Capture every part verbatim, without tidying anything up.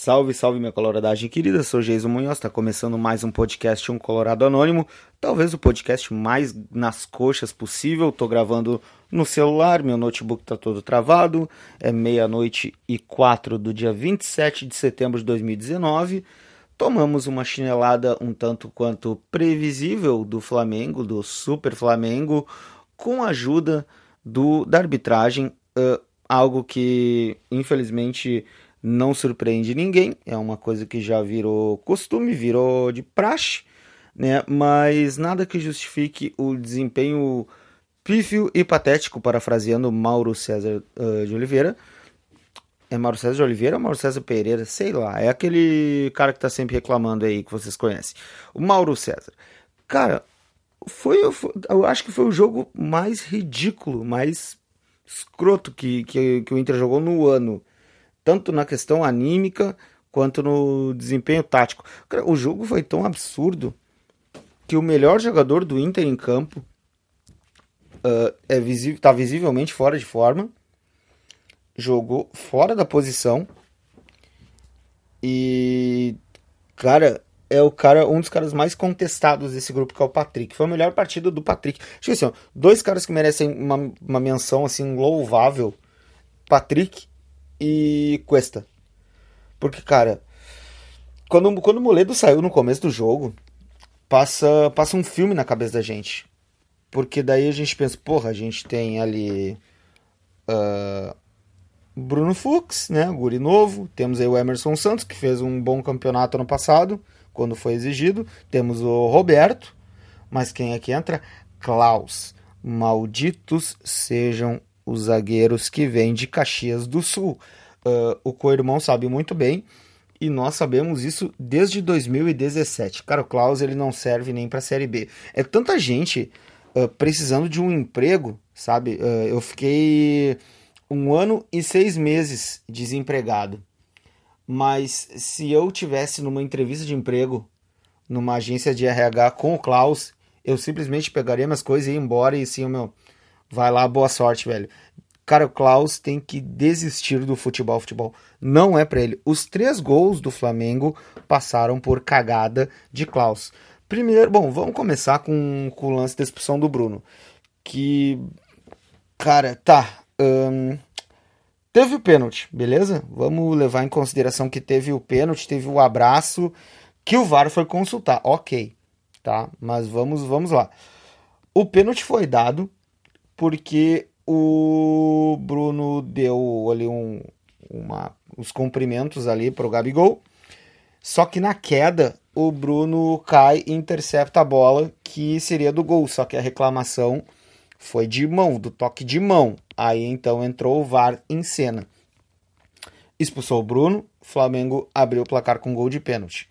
Salve, salve minha coloradagem querida, sou Geiso Munhoz, está começando mais um podcast Um Colorado Anônimo, talvez o podcast mais nas coxas possível. Tô gravando no celular, meu notebook tá todo travado, é meia-noite e quatro do dia vinte e sete de setembro de dois mil e dezenove, tomamos uma chinelada um tanto quanto previsível do Flamengo, do Super Flamengo, com a ajuda do, da arbitragem, uh, algo que infelizmente não surpreende ninguém, é uma coisa que já virou costume, virou de praxe, né? Mas nada que justifique o desempenho pífio e patético, parafraseando Mauro César uh, de Oliveira. É Mauro César de Oliveira ou Mauro César Pereira? Sei lá, é aquele cara que tá sempre reclamando aí, que vocês conhecem. O Mauro César. Cara, foi, foi eu acho que foi o jogo mais ridículo, mais escroto que, que, que o Inter jogou no ano. Tanto na questão anímica, quanto no desempenho tático. Cara, o jogo foi tão absurdo que o melhor jogador do Inter em campo uh, é visível, tá visivelmente fora de forma, jogou fora da posição e, cara, é o cara, um dos caras mais contestados desse grupo, que é o Patrick. Foi a melhor partida do Patrick. Acho que assim, ó, dois caras que merecem uma, uma menção assim louvável: Patrick e Cuesta. Porque, cara, quando, quando o Moledo saiu no começo do jogo, passa, passa um filme na cabeça da gente. Porque daí a gente pensa, porra, a gente tem ali uh, Bruno Fux, né, guri novo. Temos aí o Emerson Santos, que fez um bom campeonato ano passado, quando foi exigido. Temos o Roberto, mas quem é que entra? Klaus. Malditos sejam os zagueiros que vêm de Caxias do Sul. Uh, o co-irmão sabe muito bem, e nós sabemos isso desde dois mil e dezessete. Cara, o Klaus, ele não serve nem pra Série B. É tanta gente uh, precisando de um emprego, sabe? Uh, eu fiquei um ano e seis meses desempregado. Mas se eu tivesse numa entrevista de emprego, numa agência de R H com o Klaus, eu simplesmente pegaria minhas coisas e ia embora e assim, meu... vai lá, boa sorte, velho. Cara, o Klaus tem que desistir do futebol. Futebol não é pra ele. Os três gols do Flamengo passaram por cagada de Klaus. Primeiro, bom, vamos começar com, com o lance da expulsão do Bruno. Que, cara, tá. Hum, teve o pênalti, beleza? Vamos levar em consideração que teve o pênalti, teve o abraço, que o V A R foi consultar. Ok, tá? Mas vamos, vamos lá. O pênalti foi dado porque o Bruno deu ali um, uma, os cumprimentos ali pro Gabigol, só que na queda o Bruno cai e intercepta a bola, que seria do gol, só que a reclamação foi de mão, do toque de mão. Aí então entrou o V A R em cena, expulsou o Bruno, Flamengo abriu o placar com gol de pênalti.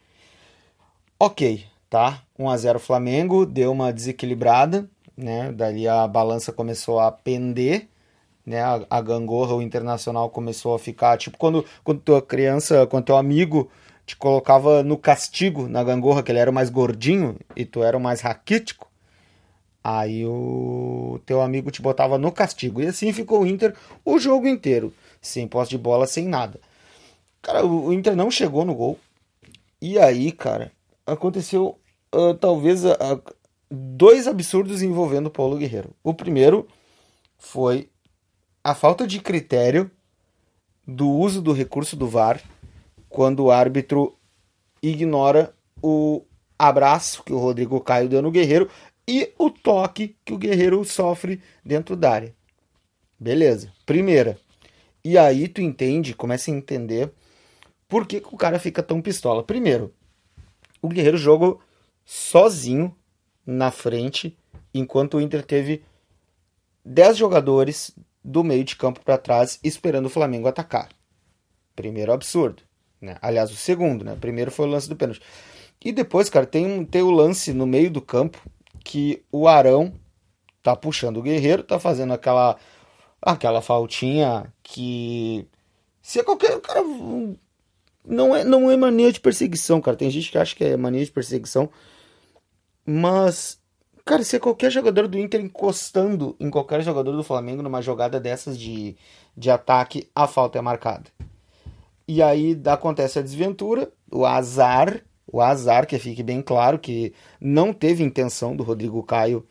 Ok, tá? um a zero Flamengo, deu uma desequilibrada, né? Dali a balança começou a pender, né? A, a gangorra, o Internacional começou a ficar tipo quando, quando tua criança, quando teu amigo te colocava no castigo na gangorra, que ele era o mais gordinho e tu era o mais raquítico, aí o teu amigo te botava no castigo, e assim ficou o Inter o jogo inteiro, sem posse de bola, sem nada. Cara, o, o Inter não chegou no gol, e aí, cara, aconteceu uh, talvez a, a dois absurdos envolvendo o Paulo Guerreiro. O primeiro foi a falta de critério do uso do recurso do V A R quando o árbitro ignora o abraço que o Rodrigo Caio deu no Guerreiro e o toque que o Guerreiro sofre dentro da área. Beleza. Primeira. E aí tu entende, começa a entender por que, que o cara fica tão pistola. Primeiro, o Guerreiro jogou sozinho na frente, enquanto o Inter teve dez jogadores do meio de campo para trás esperando o Flamengo atacar. Primeiro absurdo, né? Aliás, o segundo, né? Primeiro foi o lance do pênalti. E depois, cara, tem, tem o lance no meio do campo que o Arão tá puxando o Guerreiro, tá fazendo aquela aquela faltinha que se é qualquer cara não é não é mania de perseguição, cara. Tem gente que acha que é mania de perseguição. Mas, cara, se é qualquer jogador do Inter encostando em qualquer jogador do Flamengo numa jogada dessas de, de ataque, a falta é marcada. E aí acontece a desventura, o azar, o azar, que fique bem claro que não teve intenção do Rodrigo Caio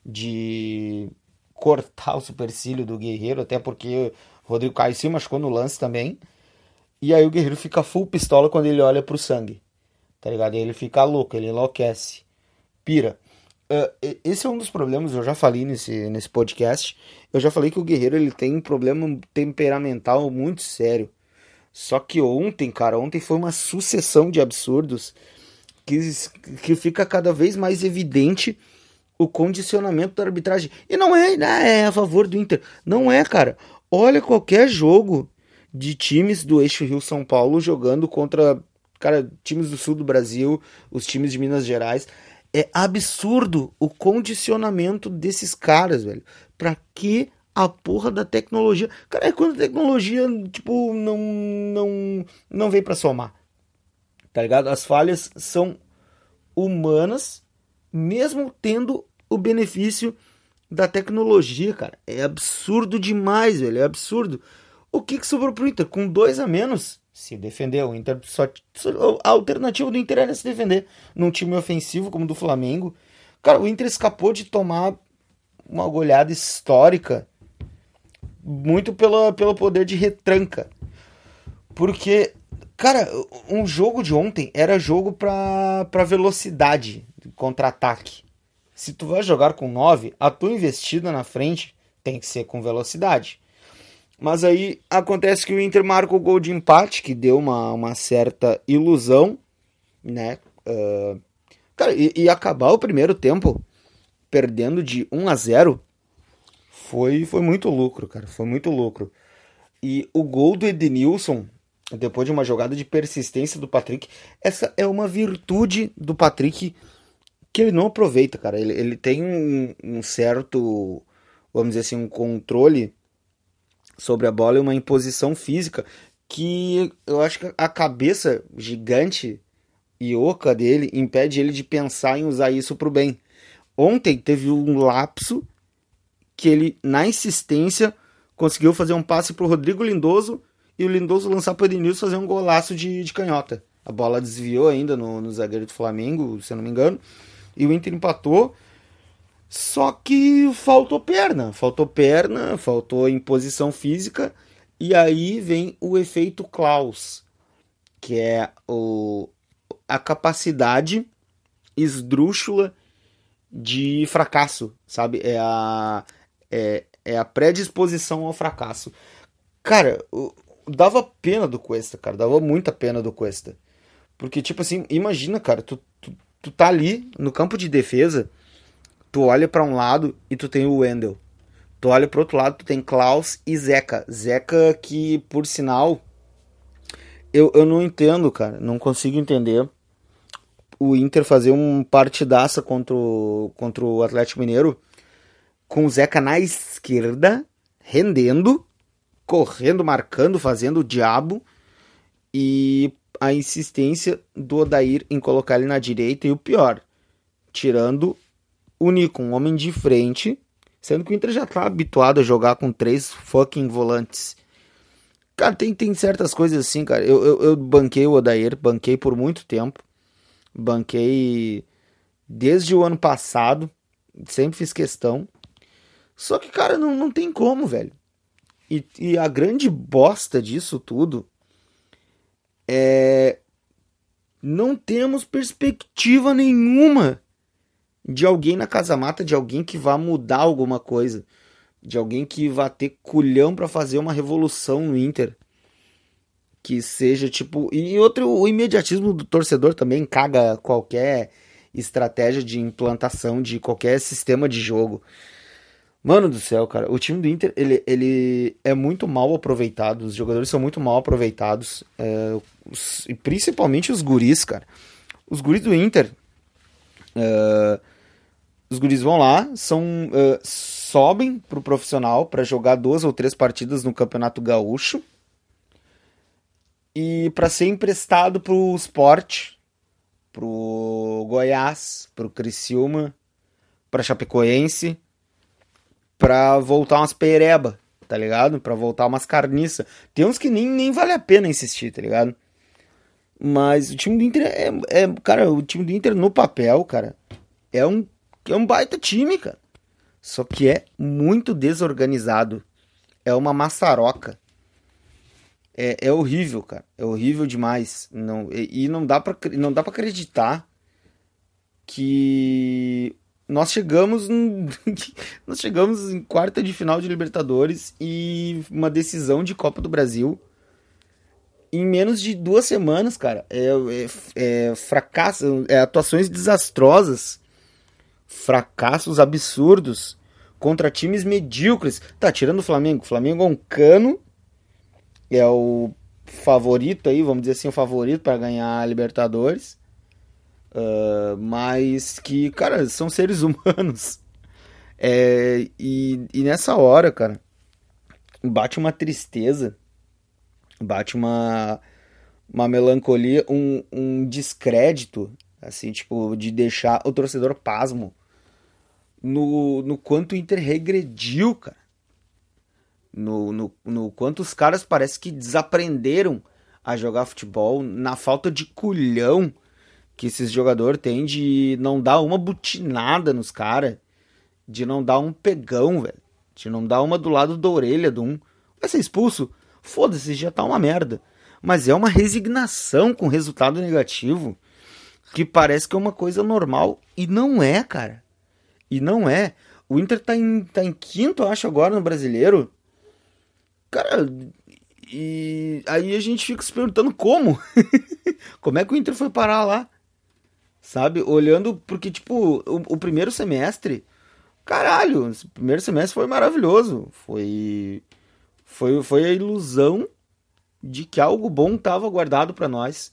de cortar o supercílio do Guerreiro, até porque o Rodrigo Caio se machucou no lance também. E aí o Guerreiro fica full pistola quando ele olha pro sangue, tá ligado? E ele fica louco, ele enlouquece, pira. Uh, esse é um dos problemas, eu já falei nesse, nesse podcast, eu já falei que o Guerreiro ele tem um problema temperamental muito sério. Só que ontem, cara, ontem foi uma sucessão de absurdos que, que fica cada vez mais evidente o condicionamento da arbitragem. E não é, é a favor do Inter. Não é, cara. Olha qualquer jogo de times do eixo Rio-São Paulo jogando contra, cara, times do sul do Brasil, os times de Minas Gerais. É absurdo o condicionamento desses caras, velho. Pra que a porra da tecnologia? Cara, é quando a tecnologia, tipo, não, não, não vem pra somar. Tá ligado? As falhas são humanas, mesmo tendo o benefício da tecnologia, cara. É absurdo demais, velho. É absurdo. O que que sobrou pro Inter? Com dois a menos, se defendeu. O Inter só, só, a alternativa do Inter era se defender num time ofensivo como o do Flamengo. Cara, o Inter escapou de tomar uma goleada histórica muito pelo, pelo poder de retranca. Porque, cara, um jogo de ontem era jogo pra, pra velocidade, contra-ataque. Se tu vai jogar com nove, a tua investida na frente tem que ser com velocidade. Mas aí acontece que o Inter marca o gol de empate, que deu uma, uma certa ilusão, né? Uh, cara, e, e acabar o primeiro tempo perdendo de um a zero foi, foi muito lucro, cara. Foi muito lucro. E o gol do Edenilson, depois de uma jogada de persistência do Patrick, essa é uma virtude do Patrick que ele não aproveita, cara. Ele, ele tem um, um certo, vamos dizer assim, um controle sobre a bola e uma imposição física que eu acho que a cabeça gigante e oca dele impede ele de pensar em usar isso pro bem. Ontem teve um lapso que ele, na insistência, conseguiu fazer um passe pro Rodrigo Lindoso e o Lindoso lançar pro Edenilson fazer um golaço de, de canhota. A bola desviou ainda no, no zagueiro do Flamengo, se eu não me engano, e o Inter empatou. Só que faltou perna, faltou perna, faltou imposição física, e aí vem o efeito Klaus, que é o, a capacidade esdrúxula de fracasso, sabe? É a, é, é a predisposição ao fracasso. Cara, dava pena do Cuesta, cara, dava muita pena do Cuesta. Porque, tipo assim, imagina, cara, tu, tu, tu tá ali no campo de defesa, tu olha pra um lado e tu tem o Wendel. Tu olha pro outro lado, tu tem Klaus e Zeca. Zeca que, por sinal, eu, eu não entendo, cara. Não consigo entender o Inter fazer um partidaça contra o, contra o Atlético Mineiro com o Zeca na esquerda, rendendo, correndo, marcando, fazendo o diabo, e a insistência do Odair em colocar ele na direita, e o pior, tirando o Nico, um homem de frente, sendo que o Inter já tá habituado a jogar com três fucking volantes. Cara, tem, tem certas coisas assim, cara. Eu, eu, eu banquei o Odair, banquei por muito tempo. Banquei desde o ano passado. Sempre fiz questão. Só que, cara, não, não tem como, velho. E, e a grande bosta disso tudo é... não temos perspectiva nenhuma de alguém na casa-mata, de alguém que vá mudar alguma coisa, de alguém que vá ter culhão pra fazer uma revolução no Inter, que seja tipo... E outro, o imediatismo do torcedor também caga qualquer estratégia de implantação de qualquer sistema de jogo. Mano do céu, cara, o time do Inter, ele, ele é muito mal aproveitado, os jogadores são muito mal aproveitados, é, os, e principalmente os guris, cara. Os guris do Inter... É, os guris vão lá, são, uh, sobem pro profissional para jogar duas ou três partidas no Campeonato Gaúcho e para ser emprestado pro Sport, pro Goiás, pro Criciúma, pra Chapecoense, pra voltar umas pereba, tá ligado? Pra voltar umas carniças. Tem uns que nem, nem vale a pena insistir, tá ligado? Mas o time do Inter é, é, cara, o time do Inter no papel, cara, é um, é um baita time, cara. Só que é muito desorganizado. É uma maçaroca. É, é horrível, cara. É horrível demais. Não, e, e não dá pra, não dá pra acreditar que nós chegamos em, nós chegamos em quarta de final de Libertadores e uma decisão de Copa do Brasil em menos de duas semanas, cara. É, é, é fracasso, é atuações desastrosas, fracassos absurdos contra times medíocres. Tá, tirando o Flamengo. O Flamengo é um cano, é o favorito aí, vamos dizer assim, o favorito para ganhar a Libertadores. Uh, mas que, cara, são seres humanos. É, e, e nessa hora, cara, bate uma tristeza, bate uma, uma melancolia, um, um descrédito, assim, tipo, de deixar o torcedor pasmo no, no quanto o Inter regrediu, cara. No, no, no quanto os caras parece que desaprenderam a jogar futebol, na falta de culhão que esses jogadores têm de não dar uma butinada nos caras, de não dar um pegão, velho, de não dar uma do lado da orelha de um. Vai ser expulso? Foda-se, já tá uma merda. Mas é uma resignação com resultado negativo que parece que é uma coisa normal e não é, cara. E não é. O Inter tá em, tá em quinto, eu acho, agora no Brasileiro. Cara, e aí a gente fica se perguntando como? Como é que o Inter foi parar lá? Sabe? Olhando, porque, tipo, o, o primeiro semestre, caralho, o primeiro semestre foi maravilhoso. Foi, foi, foi a ilusão de que algo bom tava guardado pra nós.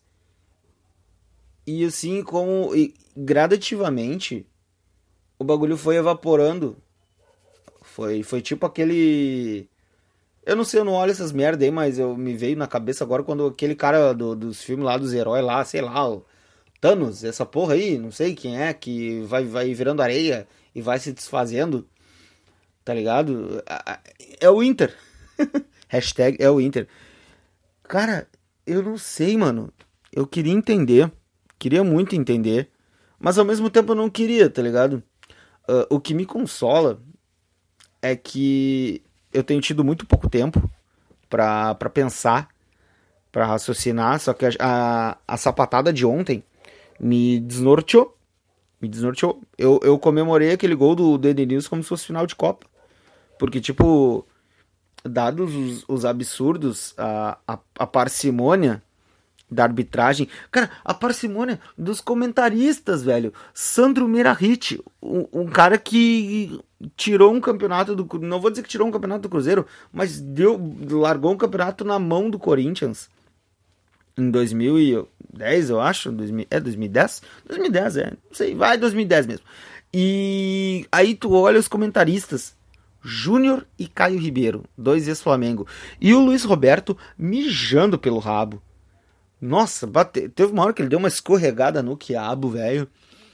E assim, como e, gradativamente, o bagulho foi evaporando. Foi, foi tipo aquele... Eu não sei, eu não olho essas merda aí, mas eu me veio na cabeça agora quando aquele cara do, dos filmes lá, dos heróis lá, sei lá, o Thanos, essa porra aí, não sei quem é, que vai, vai virando areia e vai se desfazendo, tá ligado? É o Inter. Hashtag é o Inter. Cara, eu não sei, mano. Eu queria entender, queria muito entender, mas ao mesmo tempo eu não queria, tá ligado? Uh, o que me consola é que eu tenho tido muito pouco tempo pra, pra pensar, pra raciocinar, só que a, a, a sapatada de ontem me desnorteou. Me desnorteou. Eu, eu comemorei aquele gol do, do Edenilson como se fosse final de Copa. Porque, tipo, dados os, os absurdos, a, a, a parcimônia da arbitragem. Cara, a parcimônia dos comentaristas, velho. Sandro Meirahit, um, um cara que tirou um campeonato do... Não vou dizer que tirou um campeonato do Cruzeiro, mas deu, largou um campeonato na mão do Corinthians. Em dois mil e dez, eu acho. dois mil, é dois mil e dez? dois mil e dez, é. Não sei, vai dois mil e dez mesmo. E aí tu olha os comentaristas. Júnior e Caio Ribeiro, dois ex-Flamengo. E o Luiz Roberto mijando pelo rabo. Nossa, bate... teve uma hora que ele deu uma escorregada no quiabo, velho.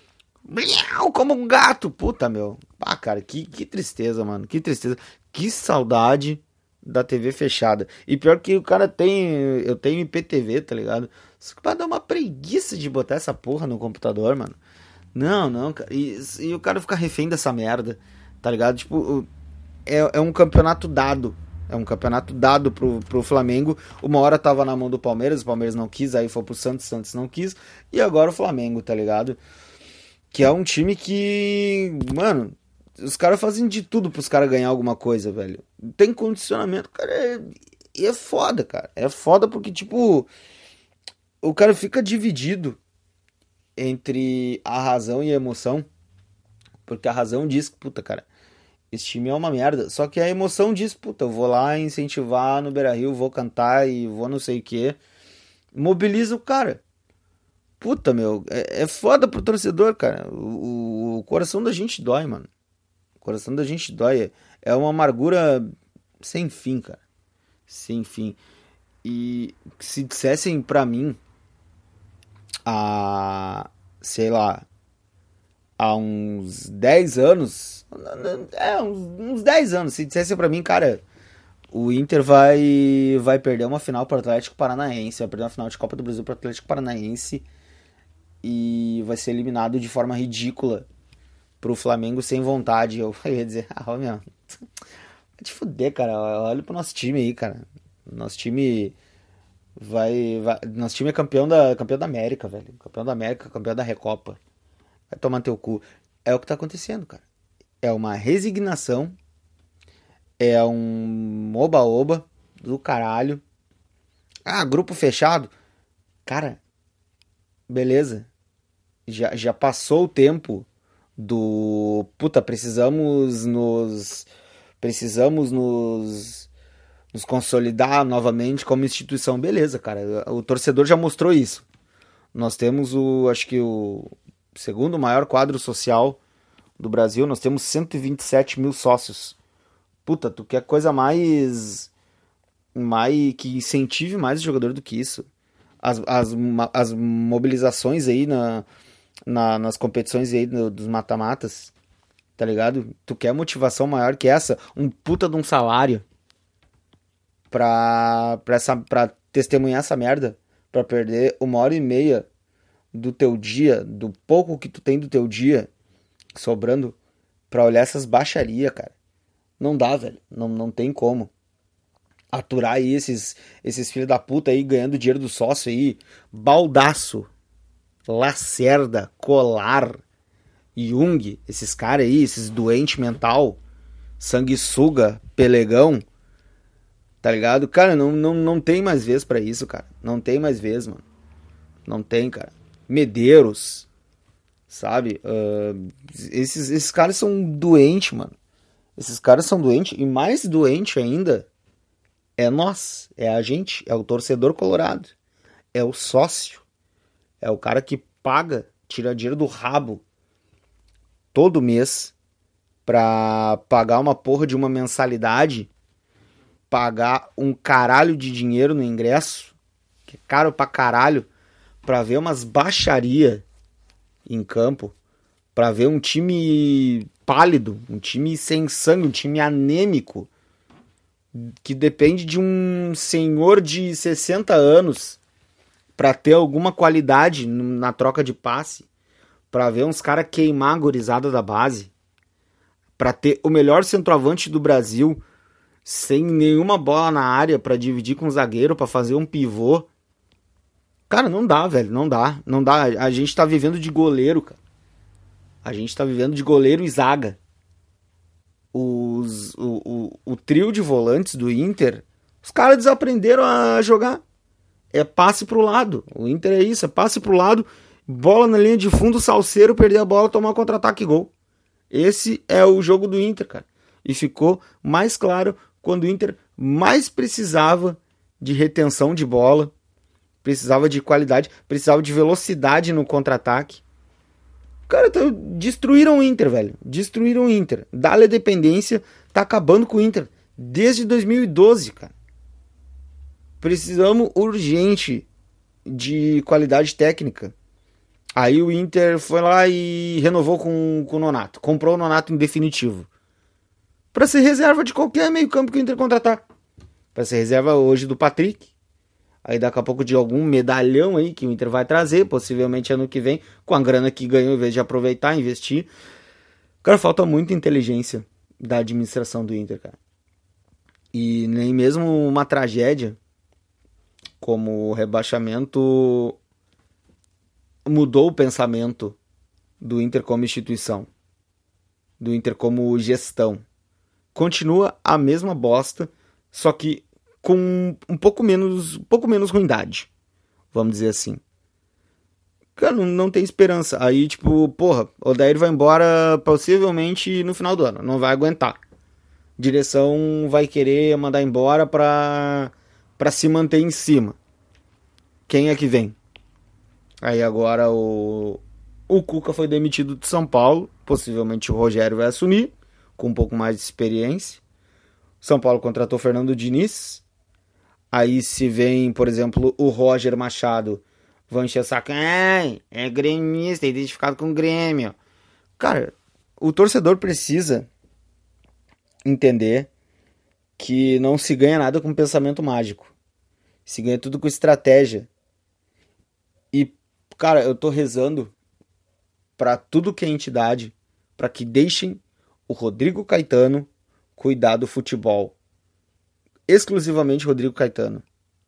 Como um gato. Puta, meu. Ah, cara, que, que tristeza, mano. Que tristeza. Que saudade da T V fechada. E pior que o cara tem... Eu tenho I P T V, tá ligado? Só que vai dar uma preguiça de botar essa porra no computador, mano. Não, não, cara. E, e o cara fica refém dessa merda, tá ligado? Tipo, é, é um campeonato dado. É um campeonato dado pro, pro Flamengo. Uma hora tava na mão do Palmeiras, o Palmeiras não quis, aí foi pro Santos, o Santos não quis. E agora o Flamengo, tá ligado? Que é um time que, mano, os caras fazem de tudo pros caras ganhar alguma coisa, velho. Tem condicionamento, cara, é, é foda, cara. É foda porque, tipo, o cara fica dividido entre a razão e a emoção. Porque a razão diz que, puta, cara, esse time é uma merda. Só que a emoção diz, puta, eu vou lá incentivar no Beira-Rio, vou cantar e vou não sei o que. Mobiliza o cara. Puta, meu, é, é foda pro torcedor, cara. O, o coração da gente dói, mano. O coração da gente dói. É uma amargura sem fim, cara. Sem fim. E se dissessem pra mim, há, sei lá, há uns dez anos, é, uns, uns dez anos, se dissessem pra mim, cara, O Inter vai, vai perder uma final pro Atlético Paranaense, vai perder uma final de Copa do Brasil pro Atlético Paranaense e vai ser eliminado de forma ridícula pro Flamengo sem vontade. Eu ia dizer, ah, meu, vai te fuder, cara, olha pro nosso time aí, cara. Nosso time vai, vai nosso time é campeão da, campeão da América, velho. Campeão da América, campeão da Recopa. Vai tomar teu cu. É o que tá acontecendo, cara. É uma resignação, é um oba-oba do caralho. Ah, grupo fechado. Cara, beleza. Já, já passou o tempo do... Puta, precisamos nos... Precisamos nos... Nos consolidar novamente como instituição. Beleza, cara. O torcedor já mostrou isso. Nós temos o... Acho que o segundo maior quadro social do Brasil. Nós temos cento e vinte e sete mil sócios. Puta, tu quer coisa mais... mais que incentive mais o jogador do que isso? As, as, as mobilizações aí na, na, nas competições aí no, dos mata-matas, tá ligado? Tu quer motivação maior que essa? Um puta de um salário pra, pra, essa, pra testemunhar essa merda? Pra perder uma hora e meia do teu dia, do pouco que tu tem do teu dia sobrando, pra olhar essas baixarias, cara. Não dá, velho. Não, não tem como aturar aí esses, esses filhos da puta aí ganhando dinheiro do sócio aí. Baldaço, Lacerda, Colar, Jung, esses caras aí, esses doentes mental, sanguessuga, pelegão, tá ligado? Cara, não, não, não tem mais vez pra isso, cara. Não tem mais vez, mano. Não tem, cara. Medeiros, sabe? Uh, esses, esses caras são doentes, mano. Esses caras são doentes. E mais doente ainda é nós. É a gente. É o torcedor colorado. É o sócio. É o cara que paga, tira dinheiro do rabo todo mês pra pagar uma porra de uma mensalidade, pagar um caralho de dinheiro no ingresso, que é caro pra caralho, pra ver umas baixaria em campo, pra ver um time pálido, um time sem sangue, um time anêmico, que depende de um senhor de sessenta anos pra ter alguma qualidade na troca de passe, pra ver uns caras queimar a gurizada da base, pra ter o melhor centroavante do Brasil sem nenhuma bola na área pra dividir com o zagueiro, pra fazer um pivô. Cara, não dá, velho, não dá, não dá. A gente tá vivendo de goleiro, cara. A gente tá vivendo de goleiro e zaga. Os, o, o, o trio de volantes do Inter, os caras desaprenderam a jogar. É passe pro lado. O Inter é isso, é passe pro lado, bola na linha de fundo, salseiro, perder a bola, tomar um contra-ataque e gol. Esse é o jogo do Inter, cara. E ficou mais claro quando o Inter mais precisava de retenção de bola, precisava de qualidade, precisava de velocidade no contra-ataque. Cara, tá, destruíram o Inter, velho. Destruíram o Inter. Dá-lhe a dependência, tá acabando com o Inter. Desde dois mil e doze, cara. Precisamos urgente de qualidade técnica. Aí o Inter foi lá e renovou com, com o Nonato. Comprou o Nonato em definitivo. Pra ser reserva de qualquer meio campo que o Inter contratar. Pra ser reserva hoje do Patrick. Aí daqui a pouco de algum medalhão aí que o Inter vai trazer, possivelmente ano que vem, com a grana que ganhou, em vez de aproveitar, investir. Cara, falta muita inteligência da administração do Inter, cara. E nem mesmo uma tragédia como o rebaixamento mudou o pensamento do Inter como instituição, do Inter como gestão. Continua a mesma bosta, só que com um pouco menos, um pouco menos ruindade, vamos dizer assim. Cara, não, não tem esperança. Aí, tipo, porra, o Odair vai embora possivelmente no final do ano, não vai aguentar. Direção vai querer mandar embora pra, pra se manter em cima. Quem é que vem? Aí agora o, o Cuca foi demitido de São Paulo, possivelmente o Rogério vai assumir, com um pouco mais de experiência. São Paulo contratou Fernando Diniz. Aí se vem, por exemplo, o Roger Machado, vão encher o saco. É, é gremista, é identificado com o Grêmio. Cara, o torcedor precisa entender que não se ganha nada com pensamento mágico. Se ganha tudo com estratégia. E, cara, eu tô rezando pra tudo que é entidade, pra que deixem o Rodrigo Caetano cuidar do futebol. Exclusivamente Rodrigo Caetano.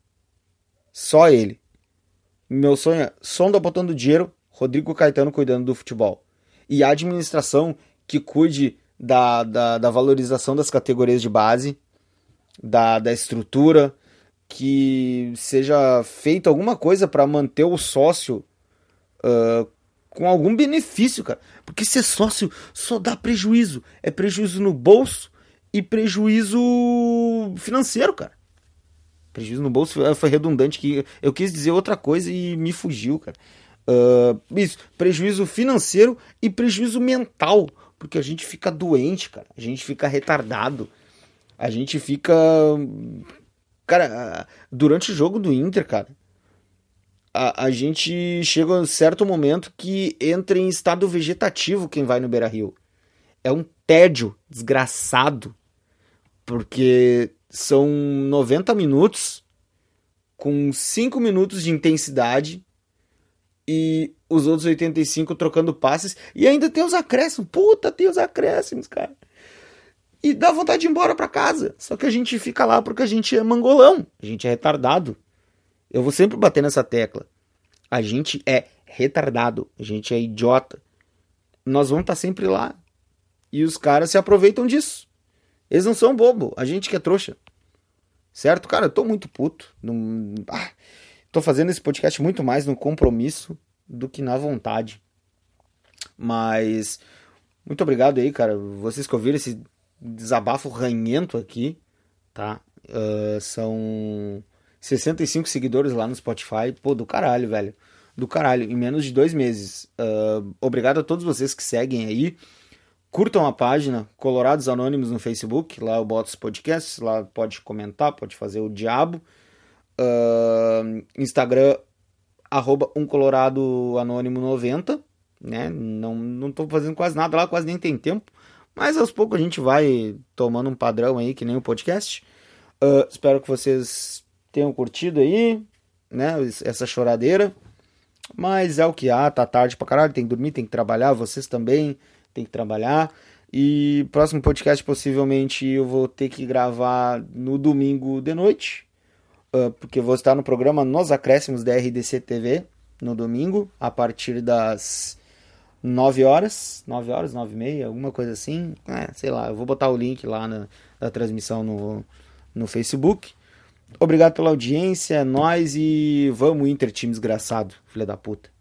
Só ele. Meu sonho é Sonda botando dinheiro, Rodrigo Caetano cuidando do futebol. E a administração que cuide da, da, da valorização das categorias de base, da, da estrutura, que seja feita alguma coisa para manter o sócio uh, com algum benefício, cara. Porque ser sócio só dá prejuízo. É prejuízo no bolso e prejuízo financeiro, cara. Prejuízo no bolso foi redundante, que eu quis dizer outra coisa e me fugiu, cara. Uh, isso, prejuízo financeiro e prejuízo mental, porque a gente fica doente, cara. A gente fica retardado. A gente fica... Cara, durante o jogo do Inter, cara, a, a gente chega a um certo momento que entra em estado vegetativo quem vai no Beira-Rio. É um tédio desgraçado, porque são noventa minutos com cinco minutos de intensidade e os outros oitenta e cinco trocando passes, e ainda tem os acréscimos. Puta, tem os acréscimos, cara. E dá vontade de ir embora pra casa. Só que a gente fica lá porque a gente é mangolão. A gente é retardado. Eu vou sempre bater nessa tecla. A gente é retardado. A gente é idiota. Nós vamos estar sempre lá. E os caras se aproveitam disso. Eles não são bobo. A gente que é trouxa. Certo? Cara, eu tô muito puto. Num... Ah, tô fazendo esse podcast muito mais no compromisso do que na vontade. Mas... muito obrigado aí, cara. Vocês que ouviram esse... desabafo ranhento aqui, tá? Uh, são sessenta e cinco seguidores lá no Spotify. Pô, do caralho, velho. Do caralho, em menos de dois meses. Uh, obrigado a todos vocês que seguem aí. Curtam a página Colorados Anônimos no Facebook. Lá eu boto os podcasts. Lá pode comentar, pode fazer o diabo. Uh, Instagram, arroba um colorado anônimo noventa. Né? Não, não tô fazendo quase nada lá, quase nem tem tempo. Mas aos poucos a gente vai tomando um padrão aí, que nem o podcast. Uh, espero que vocês tenham curtido aí, né, essa choradeira. Mas é o que há, tá tarde pra caralho, tem que dormir, tem que trabalhar, vocês também tem que trabalhar. E próximo podcast possivelmente eu vou ter que gravar no domingo de noite, uh, porque eu vou estar no programa Nos Acréscimos da R D C T V no domingo, a partir das... nove horas, nove horas, nove e meia, alguma coisa assim, é, sei lá, eu vou botar o link lá na, na transmissão no, no Facebook. Obrigado pela audiência, é nóis e vamos Inter, time desgraçado, filha da puta.